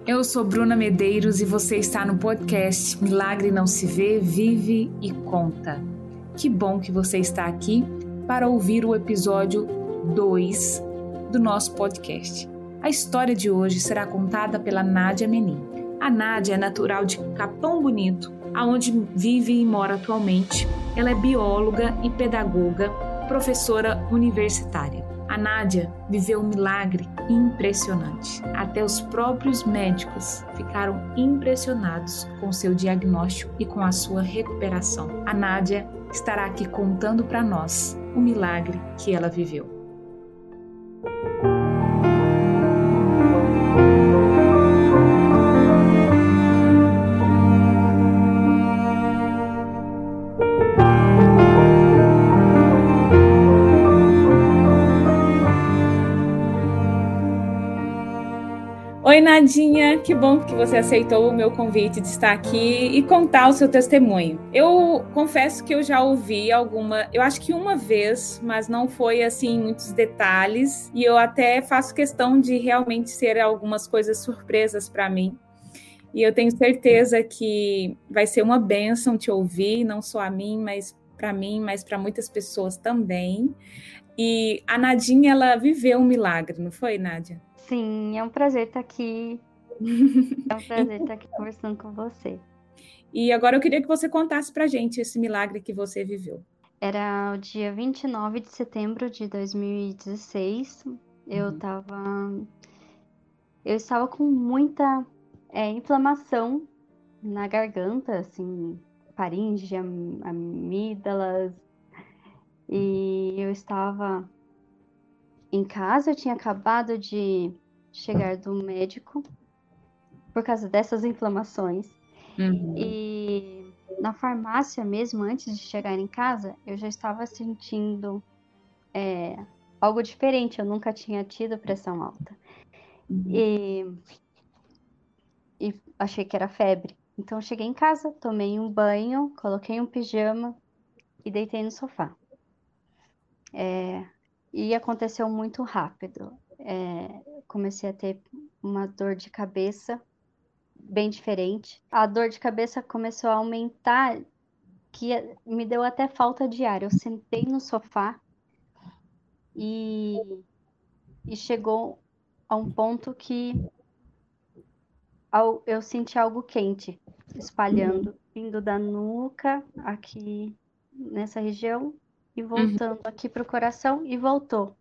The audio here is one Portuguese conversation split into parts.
Eu sou Bruna Medeiros e você está no podcast Milagre Não Se Vê, Vive e Conta. Que bom que você está aqui para ouvir o episódio 2 do nosso podcast. A história de hoje será contada pela Nádia Menin. A Nádia é natural de Capão Bonito, aonde vive e mora atualmente. Ela é bióloga e pedagoga, professora universitária. A Nádia viveu um milagre impressionante. Até os próprios médicos ficaram impressionados com seu diagnóstico e com a sua recuperação. A Nádia estará aqui contando para nós o milagre que ela viveu. Oi, Nadinha, que bom que você aceitou o meu convite de estar aqui e contar o seu testemunho. Eu confesso que eu já ouvi eu acho que uma vez, mas não foi assim muitos detalhes, e eu até faço questão de realmente ser algumas coisas surpresas para mim. E eu tenho certeza que vai ser uma bênção te ouvir, não só a mim, mas para muitas pessoas também. E a Nadinha, ela viveu um milagre, não foi, Nádia? Sim, é um prazer estar aqui. É um prazer estar aqui conversando com você. E agora eu queria que você contasse pra gente esse milagre que você viveu. Era o dia 29 de setembro de 2016. Eu estava com muita inflamação na garganta, assim, faringe, amígdalas. E eu estava em casa, eu tinha acabado de chegar do médico por causa dessas inflamações. E na farmácia mesmo, antes de chegar em casa, eu já estava sentindo algo diferente. Eu nunca tinha tido pressão alta. E achei que era febre. Então eu cheguei em casa, tomei um banho, coloquei um pijama e deitei no sofá. E aconteceu muito rápido. Comecei a ter uma dor de cabeça bem diferente. A dor de cabeça começou a aumentar, que me deu até falta de ar. Eu sentei no sofá e chegou a um ponto que eu senti algo quente espalhando, vindo da nuca aqui nessa região e voltando aqui para o coração e voltou.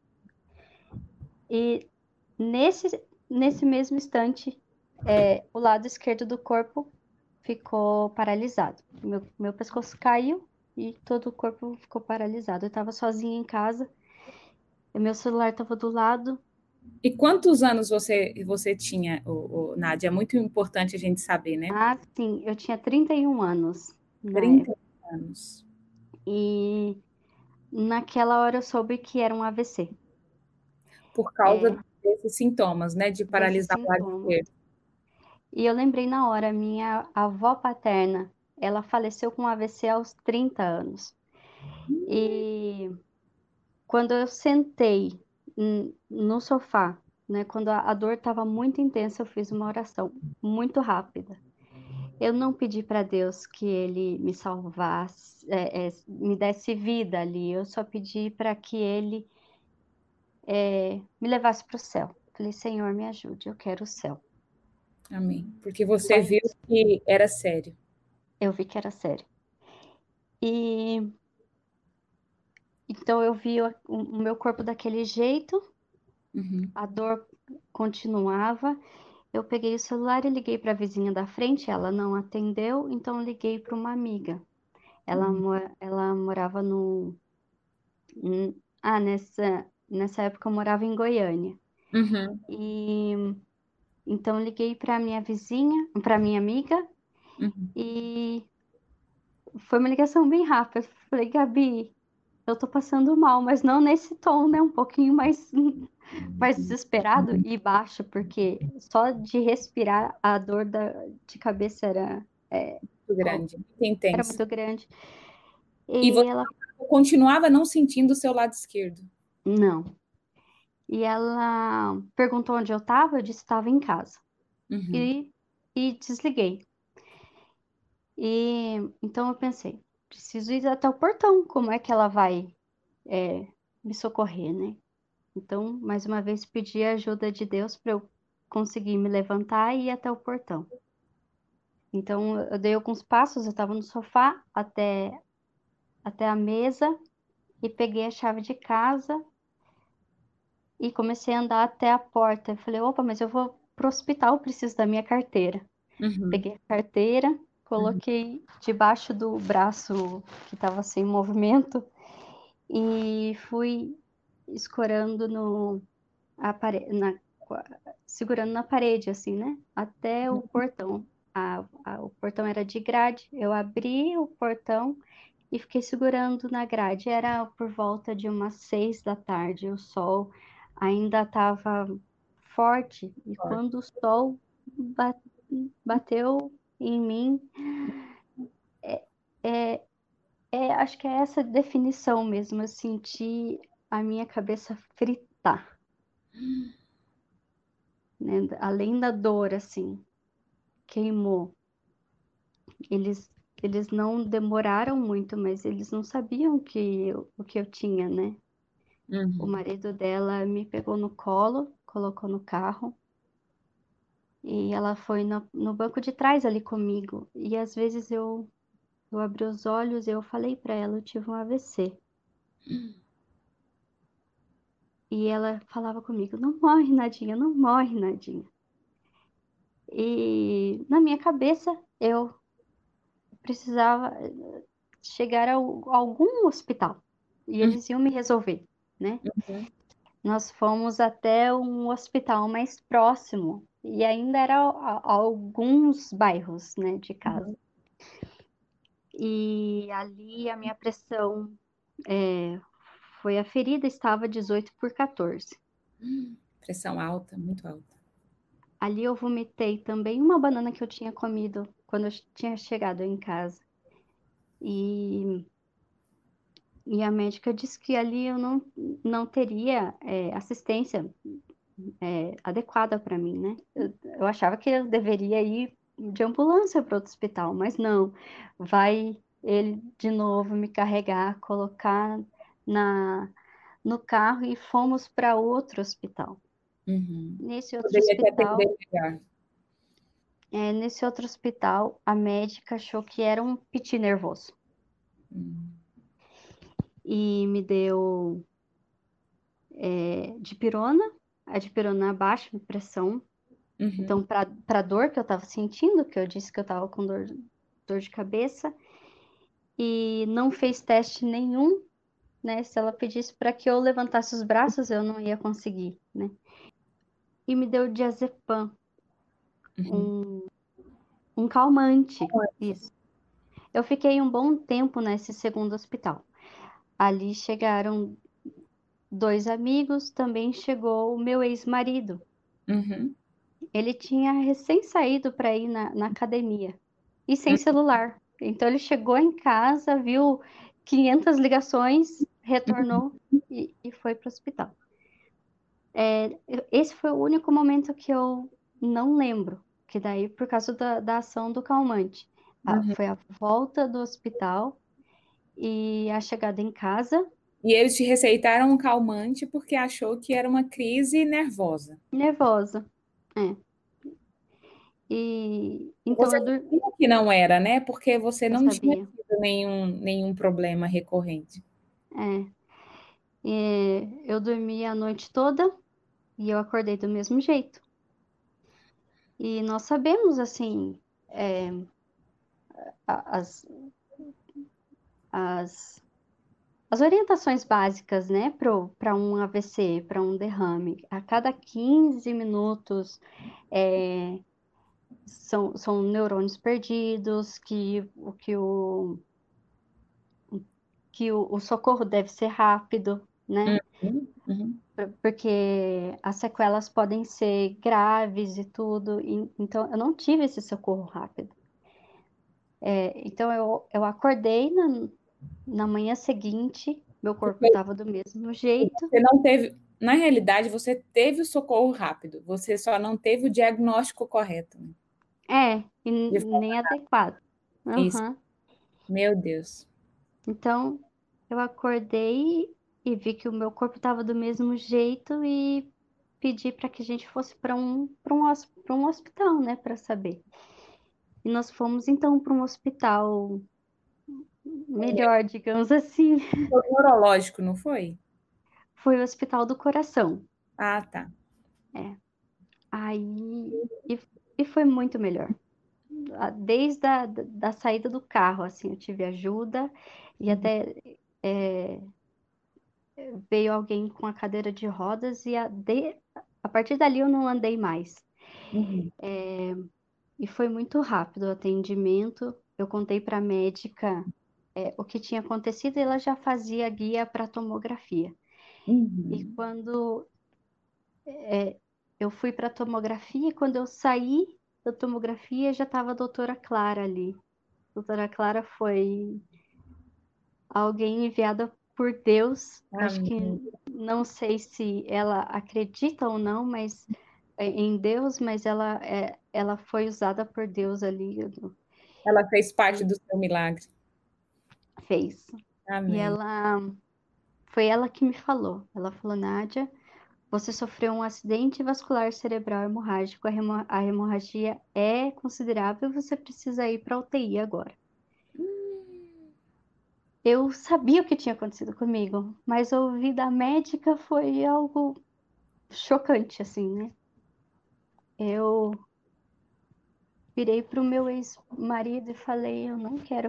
E nesse mesmo instante, o lado esquerdo do corpo ficou paralisado. Meu pescoço caiu e todo o corpo ficou paralisado. Eu estava sozinha em casa, e meu celular estava do lado. E quantos anos você tinha, Nádia? É muito importante a gente saber, né? Ah, sim, eu tinha 31 anos na 30 época. anos. E naquela hora eu soube que era um AVC. Por causa desses sintomas, né? De Desses paralisar o lado sintomas. esquerdo. E eu lembrei na hora, minha avó paterna, ela faleceu com AVC aos 30 anos. E quando eu sentei no sofá, né, quando a dor estava muito intensa, eu fiz uma oração muito rápida. Eu não pedi para Deus que Ele me salvasse, me desse vida ali. Eu só pedi para que Ele me levasse para o céu. Falei, Senhor, me ajude, eu quero o céu. Amém. Porque você Só viu isso. que era sério. Eu vi que era sério. E então eu vi o meu corpo daquele jeito, a dor continuava. Eu peguei o celular e liguei para a vizinha da frente, ela não atendeu, então liguei para uma amiga. Ela morava no. Nessa época eu morava em Goiânia. E então liguei para minha vizinha, para minha amiga, e foi uma ligação bem rápida. Falei, Gabi, eu tô passando mal, mas não nesse tom, né? Um pouquinho mais desesperado e baixo, porque só de respirar a dor de cabeça era Muito grande, muito era intenso. muito grande. E E você ela, continuava não sentindo o seu lado esquerdo. não. E ela perguntou onde eu estava, eu disse que estava em casa. Uhum. e desliguei. E então eu pensei, preciso ir até o portão, como é que ela vai me socorrer, né? Então, mais uma vez, pedi a ajuda de Deus para eu conseguir me levantar e ir até o portão. Então, eu dei alguns passos, eu estava no sofá até a mesa e peguei a chave de casa e comecei a andar até a porta. Eu falei, opa, mas eu vou pro hospital, preciso da minha carteira. Uhum. Peguei a carteira, Uhum. coloquei debaixo do braço que estava sem movimento e fui escorando a pare- na, segurando na parede, assim, né? Até o portão. O portão era de grade. Eu abri o portão e fiquei segurando na grade. Era por volta de umas 6 da tarde. O sol ainda estava forte. E Pode. quando o sol ba- bateu em mim, é, acho que é essa definição mesmo. Eu senti a minha cabeça fritar, né? Além da dor, assim, queimou. Eles, eles não demoraram muito, mas eles não sabiam o que eu tinha, né? O Uhum. marido dela me pegou no colo, colocou no carro e ela foi no banco de trás ali comigo. E às vezes eu abri os olhos e eu falei para ela, eu tive um AVC. E ela falava comigo, não morre, Nadinha, não morre, Nadinha. E na minha cabeça eu precisava chegar a algum hospital e Uhum. eles iam me resolver, né? Uhum. Nós fomos até um hospital mais próximo e ainda era alguns bairros, né, de casa. Uhum. E ali a minha pressão é, foi aferida, estava 18 por 14. Pressão alta, muito alta. Ali eu vomitei também uma banana que eu tinha comido quando eu tinha chegado em casa. E, e a médica disse que ali eu não teria assistência adequada para mim, né? Eu achava que eu deveria ir de ambulância para outro hospital, mas não. Vai ele de novo me carregar, colocar na, no carro e fomos para outro hospital. Uhum. Nesse outro Poderia te hospital, atender melhor. a médica achou que era um piti nervoso Uhum. e me deu dipirona, a dipirona baixa a pressão. Então, Uhum. para dor que eu estava sentindo, que eu disse que eu estava com dor de cabeça, e não fez teste nenhum, né? Se ela pedisse para que eu levantasse os braços, eu não ia conseguir, né? E me deu diazepam, Uhum. um, um calmante, isso. Eu fiquei um bom tempo nesse segundo hospital. Ali chegaram dois amigos, também chegou o meu ex-marido. Uhum. Ele tinha recém saído para ir na academia e sem celular. Então ele chegou em casa, viu 500 ligações, Uhum. retornou e foi para o hospital. Esse foi o único momento que eu não lembro, que daí por causa da ação do calmante. Uhum. Foi a volta do hospital e a chegada em casa, E eles te receitaram um calmante porque achou que era uma crise nervosa. nervosa. É. E então Você sabia que não era, né? Porque você eu não tinha sabia. tido nenhum problema recorrente. É. Eu dormi a noite toda e eu acordei do mesmo jeito. E nós sabemos, assim, é, as, as, as orientações básicas, né, para um AVC, para um derrame. A cada 15 minutos são neurônios perdidos, que o socorro deve ser rápido, né? Uhum. Uhum. Porque as sequelas podem ser graves e tudo. Então, eu não tive esse socorro rápido. Então, eu acordei na manhã seguinte, meu corpo estava do mesmo jeito. Você não teve. na realidade, você teve o socorro rápido, você só não teve o diagnóstico correto, né? E De forma nem adequado. isso. Aham. Meu Deus. Então, eu acordei e vi que o meu corpo estava do mesmo jeito e pedi para que a gente fosse para um hospital, né, para saber. E nós fomos então para um hospital melhor, digamos assim. Foi neurológico, não foi? Foi o Hospital do Coração. Ah, tá. É. Aí, e foi muito melhor. Desde da saída do carro, assim, eu tive ajuda e até é, veio alguém com a cadeira de rodas e a partir dali eu não andei mais. Uhum. E foi muito rápido o atendimento. Eu contei para a médica o que tinha acontecido e ela já fazia guia para tomografia. E Uhum. quando eu fui para a tomografia, e quando eu saí da tomografia já estava a doutora Clara ali. A doutora Clara foi alguém enviada por Deus. Acho que Amém. não sei se ela acredita ou não, mas em Deus, mas ela foi usada por Deus ali, Ela fez parte e do seu milagre. fez. E Amém. ela foi ela que me falou. Ela falou, Nádia, você sofreu um acidente vascular cerebral hemorrágico, a hemorragia é considerável, você precisa ir para UTI agora. Eu sabia o que tinha acontecido comigo, mas ouvir da médica foi algo chocante, assim, né? Eu virei pro meu ex-marido e falei, eu não quero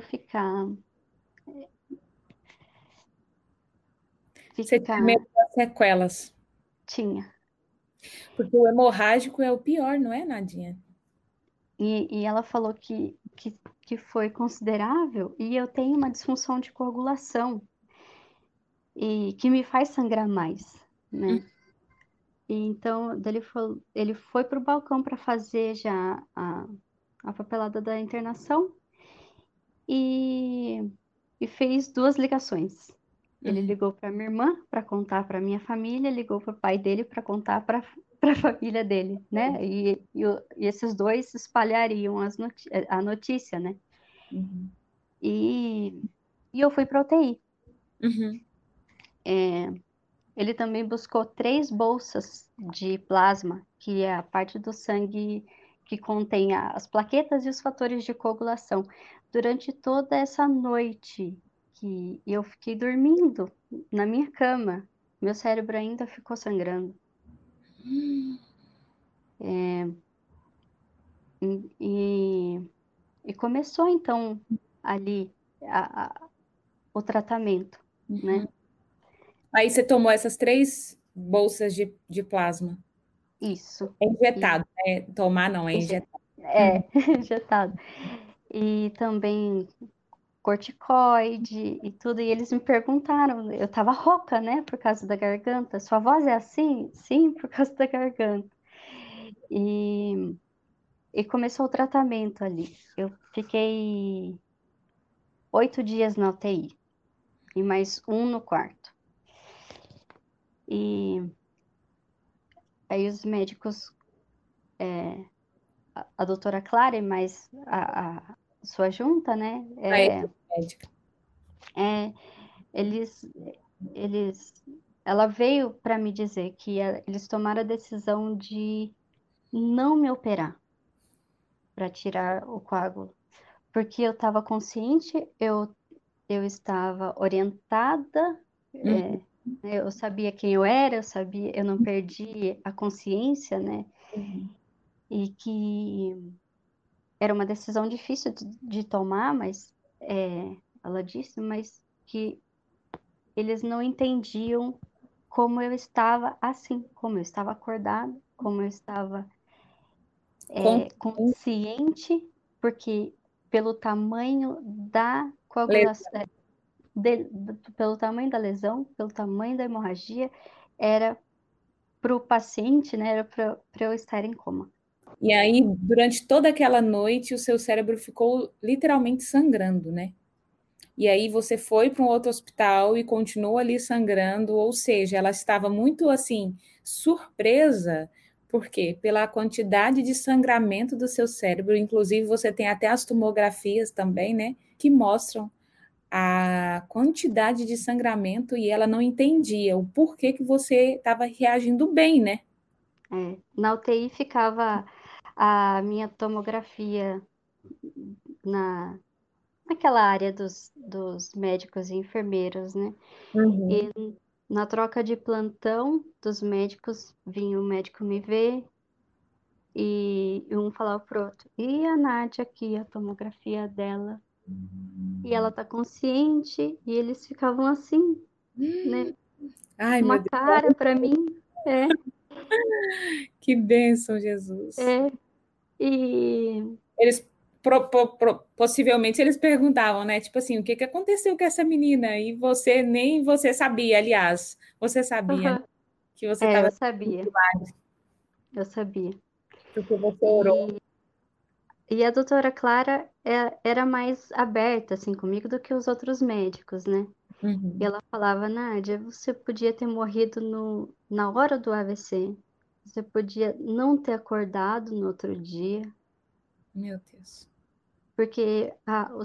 Você tinha medo ficar, das sequelas. tinha. Porque o hemorrágico é o pior, não é, Nadinha? E ela falou que foi considerável e eu tenho uma disfunção de coagulação e que me faz sangrar mais, né? E então, ele foi pro balcão para fazer já a papelada da internação e, e fez duas ligações. Ele Uhum. ligou para minha irmã para contar para minha família, ligou para o pai dele para contar para a família dele, né? E esses dois espalhariam a notícia, né? Uhum. E, e eu fui para UTI. Uhum. Ele também buscou 3 bolsas de plasma, que é a parte do sangue que contém as plaquetas e os fatores de coagulação. Durante toda essa noite que eu fiquei dormindo na minha cama, meu cérebro ainda ficou sangrando. E, e começou então ali o tratamento, Uhum. né? Aí você tomou essas 3 bolsas de plasma. Isso. É E injetado, né? Tomar não, é injetado. Uhum. injetado. E também corticoide e tudo. E eles me perguntaram, eu tava rouca, né, por causa da garganta. Sua voz é assim? Sim, por causa da garganta. E, e começou o tratamento ali. Eu fiquei 8 dias na UTI e mais um no quarto. E aí os médicos, a doutora Clara e mais a sua junta, né, A equipe médica. é, eles, eles, ela veio para me dizer que eles tomaram a decisão de não me operar para tirar o coágulo, porque eu estava consciente, eu estava orientada, Uhum. eu sabia quem eu era, eu sabia, eu não perdi a consciência, né? Uhum. E que era uma decisão difícil de tomar, mas ela disse, mas que eles não entendiam como eu estava assim, como eu estava acordada, como eu estava Com consciente, porque pelo tamanho da coagulação, lesão. pelo tamanho da lesão, pelo tamanho da hemorragia, era para o paciente, né, era para eu estar em coma. E aí, durante toda aquela noite, o seu cérebro ficou literalmente sangrando, né? e aí você foi para um outro hospital e continuou ali sangrando, ou seja, ela estava muito assim surpresa, por quê? Pela quantidade de sangramento do seu cérebro, inclusive você tem até as tomografias também, né, que mostram a quantidade de sangramento e ela não entendia o porquê que você estava reagindo bem, né? Na UTI ficava a minha tomografia na, naquela área dos médicos e enfermeiros, né? Uhum. E na troca de plantão dos médicos, vinha o médico me ver e um falava pro outro, e a Nádia aqui, a tomografia dela, e ela tá consciente, e eles ficavam assim, né? Ai, meu Uma Deus, cara para mim, é, que bênção, Jesus. é, e Eles possivelmente eles perguntavam, né? Tipo assim, o que que aconteceu com essa menina? E você nem você sabia, aliás, você sabia, né, aham, que você estava eu sabia. porque você orou. E, e a doutora Clara era mais aberta, assim, comigo do que os outros médicos, né? E Uhum. ela falava, Nádia, você podia ter morrido na hora do AVC. Você podia não ter acordado no outro dia, Meu Deus. porque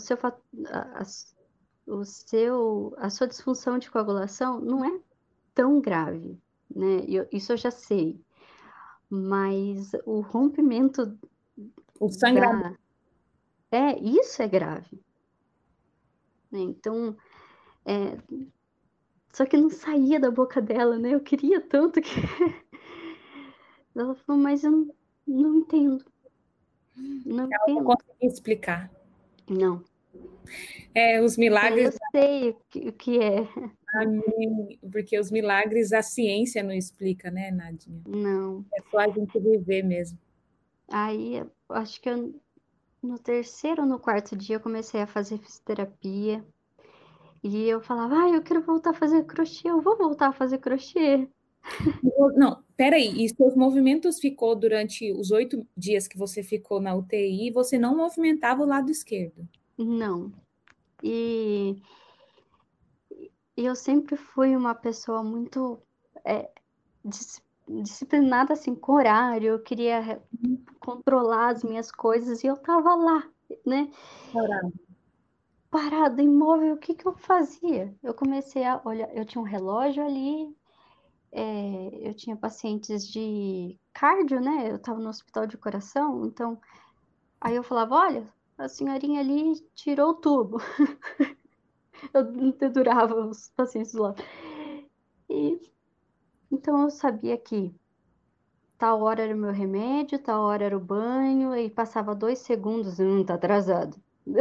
a sua disfunção de coagulação não é tão grave, né? Isso eu já sei. Mas o rompimento O sangramento. da... isso é grave, né? Então, é, só que não saía da boca dela, né? Eu queria tanto que... Ela falou, mas eu não entendo, não Não entendo. consegui explicar. Não. É, os Eu milagres, sei o que é. amém, porque os milagres a ciência não explica, né, Nadinha? Não. É só a gente viver mesmo. Aí, eu acho que no terceiro ou no quarto dia eu comecei a fazer fisioterapia. E eu falava, eu quero voltar a fazer crochê, eu vou voltar a fazer crochê. Não, peraí, e seus movimentos ficou durante os 8 dias que você ficou na UTI, você não movimentava o lado esquerdo. Não. E, e eu sempre fui uma pessoa muito é, disciplinada, assim, com horário. Eu queria controlar as minhas coisas e eu tava lá, né? Parado. Parada, imóvel, o que que eu fazia? Eu comecei a olhar, eu tinha um relógio ali, eu tinha pacientes de cardio, né? Eu estava no hospital de coração, então aí eu falava, olha, a senhorinha ali tirou o tubo. Eu dedurava os pacientes lá. E então eu sabia que tal hora era o meu remédio, tal hora era o banho, e passava 2 segundos, tá atrasado.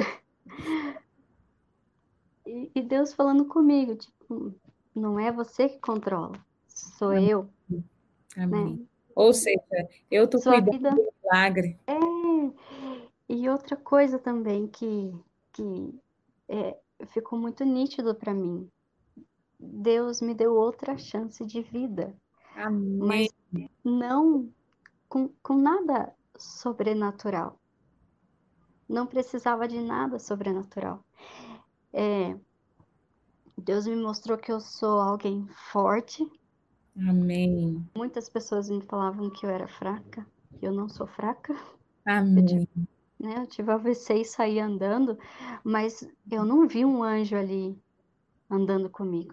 E Deus falando comigo, tipo, não é você que controla, sou Amém. eu, Amém. né? Ou seja, eu estou Sua cuidando vida do milagre. é. E outra coisa também que ficou muito nítido para mim. Deus me deu outra chance de vida, Amém. mas não com nada sobrenatural. Não precisava de nada sobrenatural. É, Deus me mostrou que eu sou alguém forte. Amém. Muitas pessoas me falavam que eu era fraca. Eu não sou fraca. Eu tive, Amém. né, eu tive AVC e saí andando, mas eu não vi um anjo ali andando comigo.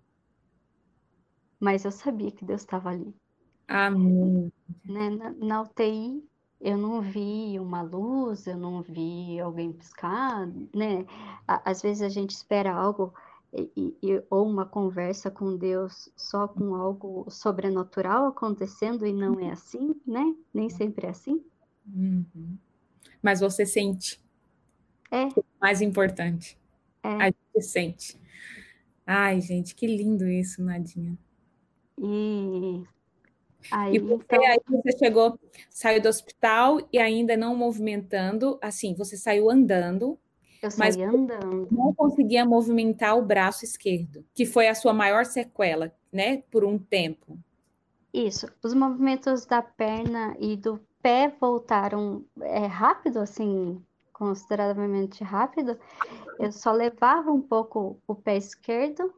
Mas eu sabia que Deus estava ali, Amém. né? Na UTI, eu não vi uma luz, eu não vi alguém piscar, né? Às vezes a gente espera algo ou uma conversa com Deus só com algo sobrenatural acontecendo e não é assim, né? Nem sempre é assim. Uhum. Mas você sente, É, mais importante. A é. gente sente. Ai, gente, que lindo isso, Nadinha. E aí, E então, aí você chegou, saiu do hospital e ainda não movimentando, assim, você saiu andando, eu mas saí andando. não conseguia movimentar o braço esquerdo, que foi a sua maior sequela, né, por um tempo. Isso, os movimentos da perna e do pé voltaram rápido, assim, consideravelmente rápido, eu só levava um pouco o pé esquerdo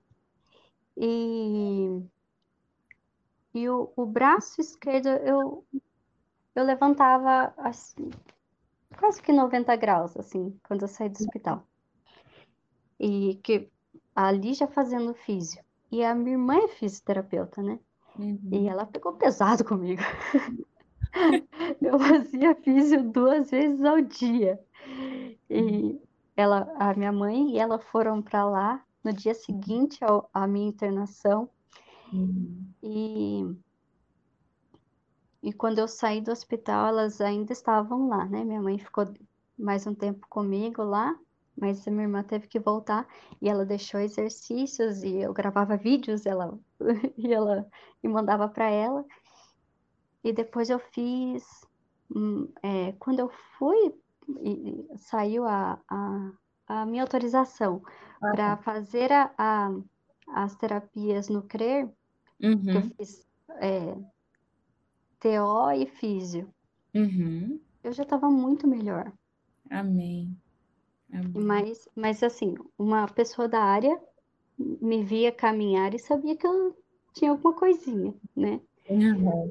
e, o braço esquerdo eu levantava assim, quase que 90 graus, assim, quando eu saí do hospital. E que ali já fazendo físio. E a minha irmã é fisioterapeuta, né? E Uhum. ela pegou pesado comigo. Eu fazia físio 2 vezes ao dia. E a minha mãe e ela foram para lá no dia seguinte à minha internação. Uhum. E, quando eu saí do hospital, elas ainda estavam lá, né? Minha mãe ficou mais um tempo comigo lá, mas a minha irmã teve que voltar e ela deixou exercícios e eu gravava vídeos, e ela e mandava para ela. E depois eu fiz, quando eu fui, saiu a minha autorização Ah, tá. para fazer as terapias no CRER, que eu Uhum. fiz TO e físio. Uhum. Eu já estava muito melhor. Amém. Amém. Mas assim, uma pessoa da área me via caminhar e sabia que eu tinha alguma coisinha, né? Uhum.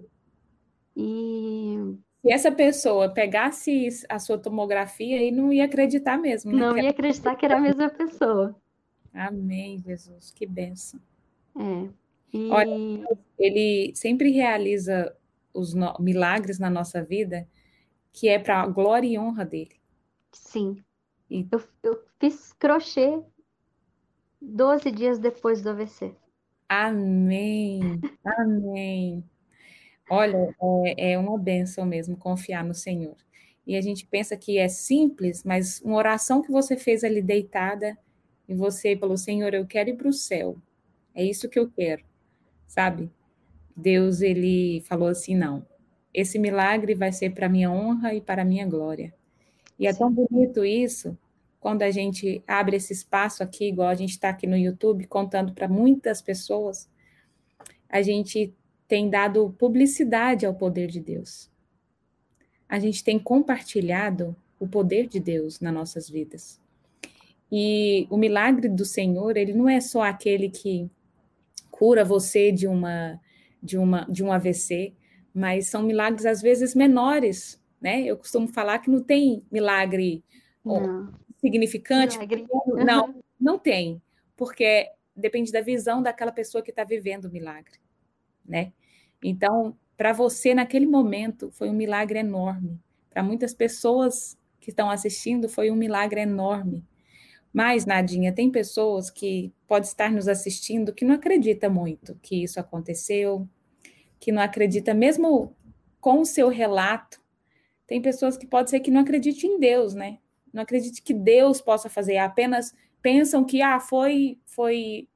E Se essa pessoa pegasse a sua tomografia, aí não ia acreditar mesmo, né? não ia acreditar que era a mesma pessoa. Amém, Jesus, que bênção. É. Olha, E ele sempre realiza os milagres na nossa vida, que é para a glória e honra dele. sim, E eu fiz crochê 12 dias depois do AVC. amém, amém. Olha, é uma bênção mesmo confiar no Senhor. E a gente pensa que é simples, mas uma oração que você fez ali deitada, e você falou, Senhor, eu quero ir para o céu. É isso que eu quero, sabe? Deus, ele falou assim, não. Esse milagre vai ser para minha honra e para minha glória. E é tão Sim, bonito isso, quando a gente abre esse espaço aqui, igual a gente está aqui no YouTube, contando para muitas pessoas, a gente tem dado publicidade ao poder de Deus. A gente tem compartilhado o poder de Deus nas nossas vidas. E o milagre do Senhor, ele não é só aquele que cura você de um AVC, mas são milagres às vezes menores, né? Eu costumo falar que não tem milagre ó, não. significante, Milagre. não, não tem, porque depende da visão daquela pessoa que está vivendo o milagre, né? Então, para você naquele momento foi um milagre enorme. Para muitas pessoas que estão assistindo foi um milagre enorme. Mas, Nadinha, tem pessoas que podem estar nos assistindo que não acreditam muito que isso aconteceu, que não acredita mesmo com o seu relato. Tem pessoas que pode ser que não acreditem em Deus, né? Não acredite que Deus possa fazer, apenas pensam que foi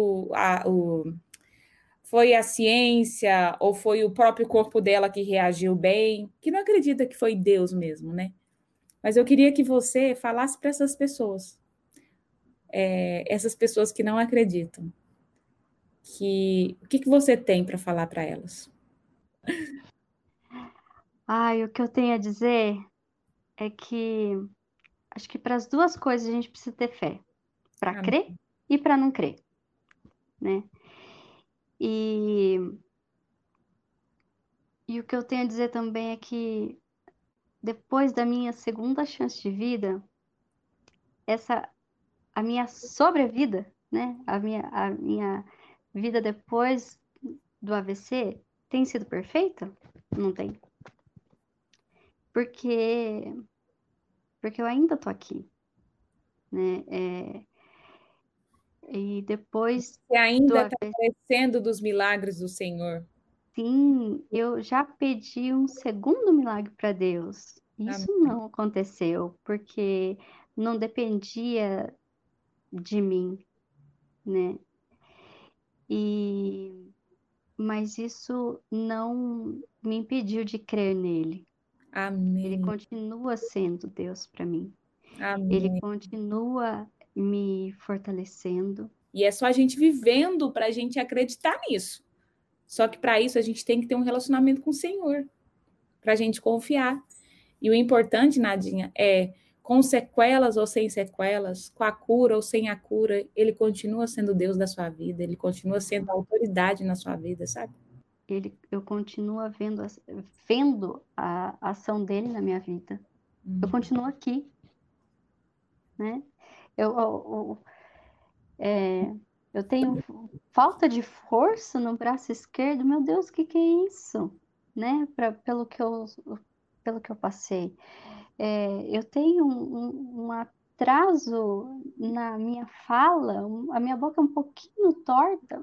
foi a ciência ou foi o próprio corpo dela que reagiu bem, que não acredita que foi Deus mesmo, né? Mas eu queria que você falasse para essas pessoas, essas pessoas que não acreditam, que o que você tem para falar para elas? Ai, o que eu tenho a dizer é que acho que para as duas coisas a gente precisa ter fé, para crer Amém. e para não crer, né? E, o que eu tenho a dizer também é que depois da minha segunda chance de vida, essa a minha sobrevida, né? A minha vida depois do AVC tem sido perfeita? Não tem. Porque eu ainda tô aqui, né? E depois Você do ainda está AVC, parecendo dos milagres do Senhor. sim, eu já pedi um segundo milagre para Deus. Isso Amém. não aconteceu, porque não dependia de mim, né? E mas isso não me impediu de crer nele. Ele Amém. continua sendo Deus para mim. Ele Amém. continua me fortalecendo. E é só a gente vivendo para a gente acreditar nisso. Só que para isso a gente tem que ter um relacionamento com o Senhor, para a gente confiar. E o importante, Nadinha, é com sequelas ou sem sequelas, com a cura ou sem a cura, ele continua sendo Deus da sua vida, ele continua sendo a autoridade na sua vida, sabe? Eu continuo vendo a ação dele na minha vida. Eu continuo aqui, né? Eu tenho falta de força no braço esquerdo. Meu Deus, o que é isso? Né? Pelo que eu passei. Eu tenho um atraso na minha fala, a minha boca é um pouquinho torta.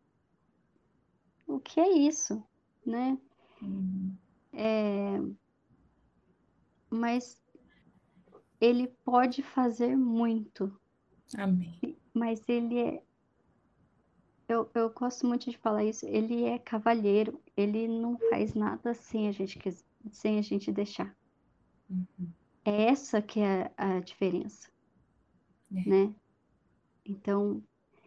O que é isso, né? Mas ele pode fazer muito. Amém. Mas ele é... Eu gosto muito de falar isso. Ele é cavalheiro. Ele não faz nada sem a gente deixar. É essa que é a diferença, né? Então,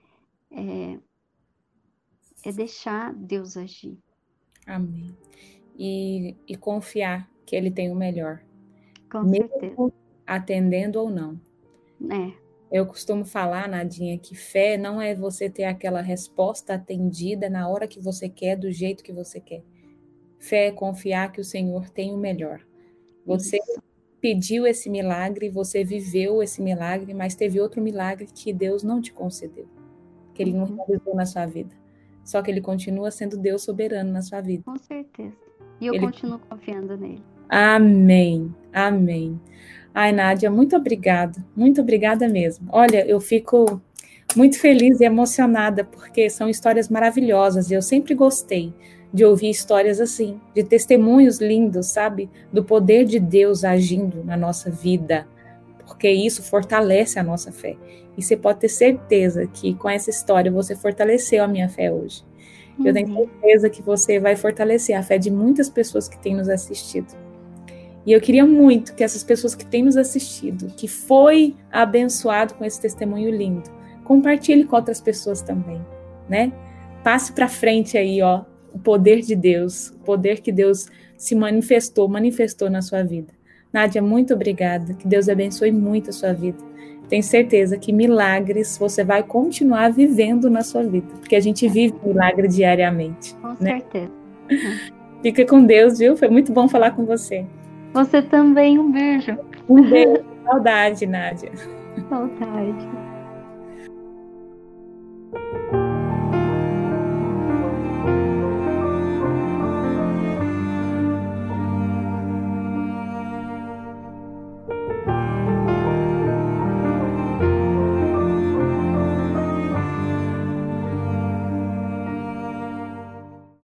é deixar Deus agir. Amém. E confiar que Ele tem o melhor. Com mesmo certeza. Atendendo ou não. É. Eu costumo falar, Nadinha, que fé não é você ter aquela resposta atendida na hora que você quer, do jeito que você quer. Fé é confiar que o Senhor tem o melhor. Você pediu esse milagre, você viveu esse milagre, mas teve outro milagre que Deus não te concedeu, que Ele não realizou na sua vida. Só que Ele continua sendo Deus soberano na sua vida. Com certeza. E eu continuo confiando nele. Amém, amém. Ai, Nádia, muito obrigada mesmo. Olha, eu fico muito feliz e emocionada, porque são histórias maravilhosas, e eu sempre gostei de ouvir histórias assim, de testemunhos lindos, sabe? Do poder de Deus agindo na nossa vida, porque isso fortalece a nossa fé. E você pode ter certeza que com essa história você fortaleceu a minha fé hoje. Eu tenho certeza que você vai fortalecer a fé de muitas pessoas que têm nos assistido. E eu queria muito que essas pessoas que têm nos assistido, que foi abençoado com esse testemunho lindo, compartilhe com outras pessoas também, né? Passe para frente aí, ó, o poder de Deus, o poder que Deus se manifestou na sua vida. Nádia, muito obrigada, que Deus abençoe muito a sua vida. Tenho certeza que milagres você vai continuar vivendo na sua vida, porque a gente vive milagre diariamente. Com né? certeza. Fica com Deus, viu? Foi muito bom falar com você. Você também, um beijo. Um beijo, saudade, Nádia. Saudade.